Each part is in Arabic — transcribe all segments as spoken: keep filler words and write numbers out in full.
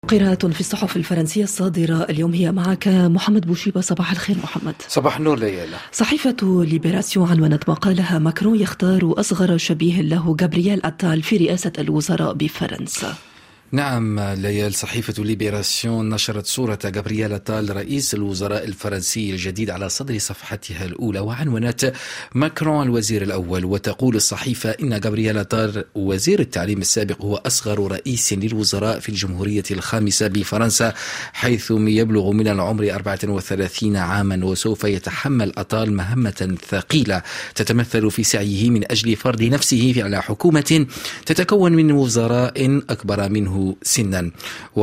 قراءة في الصحف الفرنسية الصادرة اليوم هي معك محمد بوشيبة. صباح الخير محمد. صباح النور ليلى. صحيفة ليبراسيون عنونت مقالها ماكرون يختار أصغر شبيه له جابرييل أتال في رئاسة الوزراء بفرنسا. نعم ليال، صحيفة ليبراسيون نشرت صورة جابرييل أتال رئيس الوزراء الفرنسي الجديد على صدر صفحتها الأولى، وعنونت ماكرون الوزير الأول. وتقول الصحيفة إن جابرييل أتال وزير التعليم السابق هو أصغر رئيس للوزراء في الجمهورية الخامسة بفرنسا، حيث يبلغ من العمر أربعة وثلاثين عاما. وسوف يتحمل أتال مهمة ثقيلة تتمثل في سعيه من أجل فرض نفسه على حكومة تتكون من وزراء أكبر منه سنا.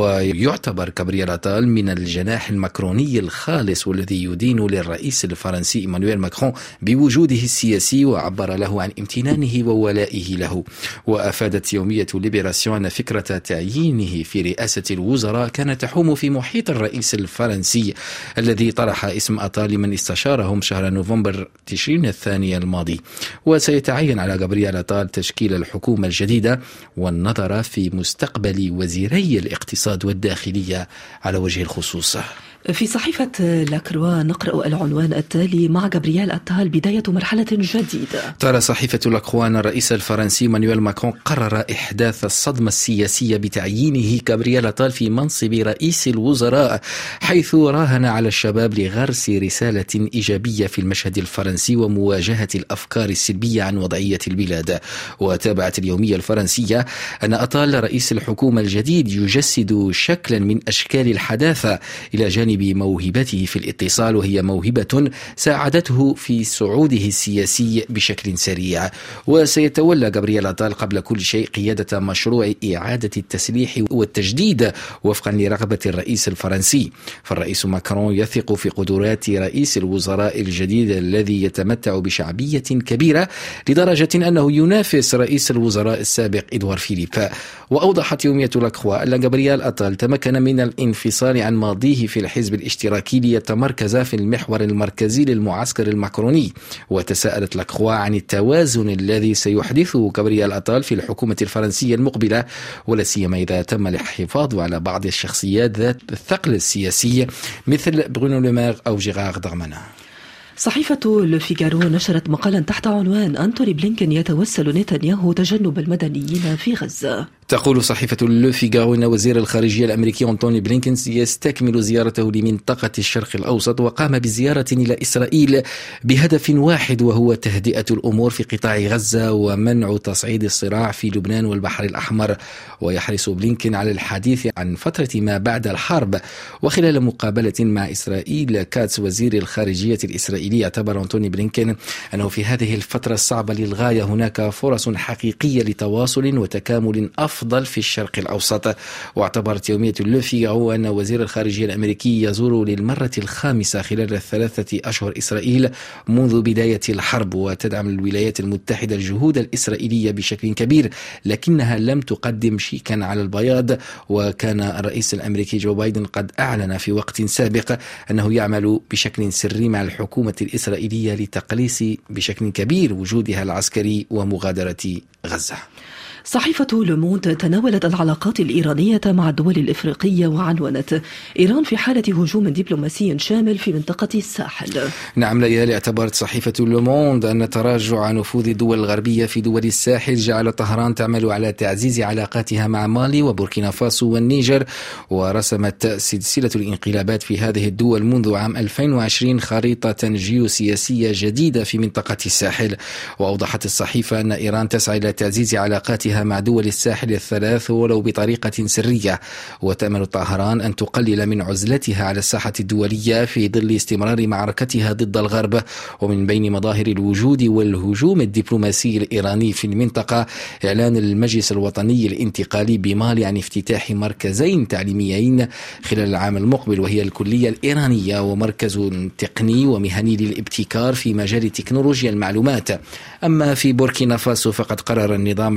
ويعتبر جابرييل أتال من الجناح الماكروني الخالص والذي يدين للرئيس الفرنسي إيمانويل ماكرون بوجوده السياسي، وعبر له عن امتنانه وولائه له. وأفادت يومية ليبراسيون أن فكرة تعيينه في رئاسة الوزراء كانت تحوم في محيط الرئيس الفرنسي الذي طرح اسم أتال لمن استشارهم شهر نوفمبر تشرين الثاني الماضي. وسيتعين على جابرييل أتال تشكيل الحكومة الجديدة والنظر في مستقبل وزيري الاقتصاد والداخلية على وجه الخصوص. في صحيفة لاكروا نقرأ العنوان التالي: مع جابرييل أتال بداية مرحلة جديدة. ترى صحيفة لاكروا أن الرئيس الفرنسي مانويل ماكرون قرر إحداث الصدمة السياسية بتعيينه جابرييل أتال في منصب رئيس الوزراء، حيث راهن على الشباب لغرس رسالة إيجابية في المشهد الفرنسي ومواجهة الأفكار السلبية عن وضعية البلاد. وتابعت اليومية الفرنسية أن أتال رئيس الحكومة الجديد يجسد شكلا من أشكال الحداثة إلى جانب بموهبته في الاتصال، وهي موهبة ساعدته في صعوده السياسي بشكل سريع. وسيتولى جابرييل أتال قبل كل شيء قيادة مشروع إعادة التسليح والتجديد وفقا لرغبة الرئيس الفرنسي. فالرئيس ماكرون يثق في قدرات رئيس الوزراء الجديد الذي يتمتع بشعبية كبيرة لدرجة أنه ينافس رئيس الوزراء السابق إدوار فيليب. وأوضحت يومية لاكروا أن جابرييل أتال تمكن من الانفصال عن ماضيه في الحزب الاشتراكي ليتمركز في المحور المركزي للمعسكر الماكروني. وتساءلت لاكروا عن التوازن الذي سيحدثه جابرييل أتال في الحكومة الفرنسية المقبلة، ولا سيما إذا تم الحفاظ على بعض الشخصيات ذات الثقل السياسي مثل برونو لو مير أو جيرار دارمانان. صحيفة لو فيغارو نشرت مقالا تحت عنوان: أنتوني بلينكن يتوسل نتنياهو تجنب المدنيين في غزة. تقول صحيفة لو فيغارو أن وزير الخارجية الأمريكي أنتوني بلينكن يستكمل زيارته لمنطقة الشرق الأوسط، وقام بزيارة إلى إسرائيل بهدف واحد وهو تهدئة الأمور في قطاع غزة ومنع تصعيد الصراع في لبنان والبحر الأحمر. ويحرص بلينكن على الحديث عن فترة ما بعد الحرب. وخلال مقابلة مع إسرائيل كاتس وزير الخارجية الإسرائيلي، اعتبر أنتوني بلينكن أنه في هذه الفترة الصعبة للغاية هناك فرص حقيقية لتواصل وتكامل أفضل أفضل في الشرق الأوسط. واعتبرت يومية لو فيغارو أن وزير الخارجية الأمريكي يزور للمرة الخامسة خلال الثلاثة أشهر إسرائيل منذ بداية الحرب، وتدعم الولايات المتحدة الجهود الإسرائيلية بشكل كبير، لكنها لم تقدم شيكا على البياض. وكان الرئيس الأمريكي جو بايدن قد أعلن في وقت سابق أنه يعمل بشكل سري مع الحكومة الإسرائيلية لتقليص بشكل كبير وجودها العسكري ومغادرة غزة. صحيفة لوموند تناولت العلاقات الإيرانية مع الدول الإفريقية وعنونت: إيران في حالة هجوم دبلوماسي شامل في منطقة الساحل. نعم ليالي، اعتبرت صحيفة لوموند أن تراجع نفوذ الدول الغربية في دول الساحل جعل طهران تعمل على تعزيز علاقاتها مع مالي وبوركينا فاسو والنيجر. ورسمت سلسلة الانقلابات في هذه الدول منذ عام ألفين وعشرين خريطة جيوسياسية جديدة في منطقة الساحل. وأوضحت الصحيفة أن إيران تسعى إلى تعزيز علاقاتها مع دول الساحل الثلاث ولو بطريقة سرية. وتأمل طهران أن تقلل من عزلتها على الساحة الدولية في ظل استمرار معركتها ضد الغرب. ومن بين مظاهر الوجود والهجوم الدبلوماسي الإيراني في المنطقة إعلان المجلس الوطني الانتقالي بمالي عن افتتاح مركزين تعليميين خلال العام المقبل، وهي الكلية الإيرانية ومركز تقني ومهني للابتكار في مجال تكنولوجيا المعلومات. أما في بوركينا فاسو فقد قرر النظام العسكري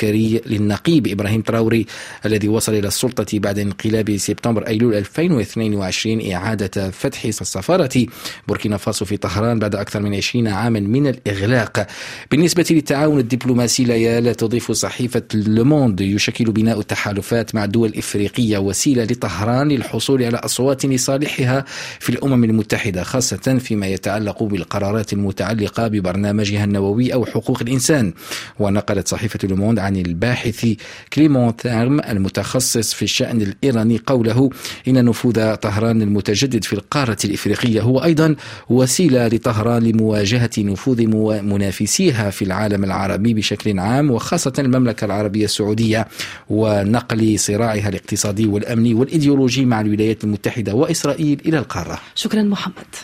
العسكري للنقيب إبراهيم تراوري الذي وصل إلى السلطة بعد انقلاب سبتمبر أيلول ألفين واثنين وعشرين إعادة فتح سفارة بوركينا فاسو في طهران بعد أكثر من عشرين عاما من الإغلاق. بالنسبة للتعاون الدبلوماسي، ليال تضيف صحيفة لوموند يشكل بناء التحالفات مع الدول الإفريقية وسيلة لطهران للحصول على أصوات لصالحها في الأمم المتحدة، خاصة فيما يتعلق بالقرارات المتعلقة ببرنامجها النووي أو حقوق الإنسان. ونقلت صحيفة لوموند عن الباحث كليمون ثارم المتخصص في الشأن الإيراني قوله إن نفوذ طهران المتجدد في القارة الإفريقية هو أيضا وسيلة لطهران لمواجهة نفوذ منافسيها في العالم العربي بشكل عام، وخاصة المملكة العربية السعودية، ونقل صراعها الاقتصادي والأمني والإيديولوجي مع الولايات المتحدة وإسرائيل إلى القارة. شكرا محمد.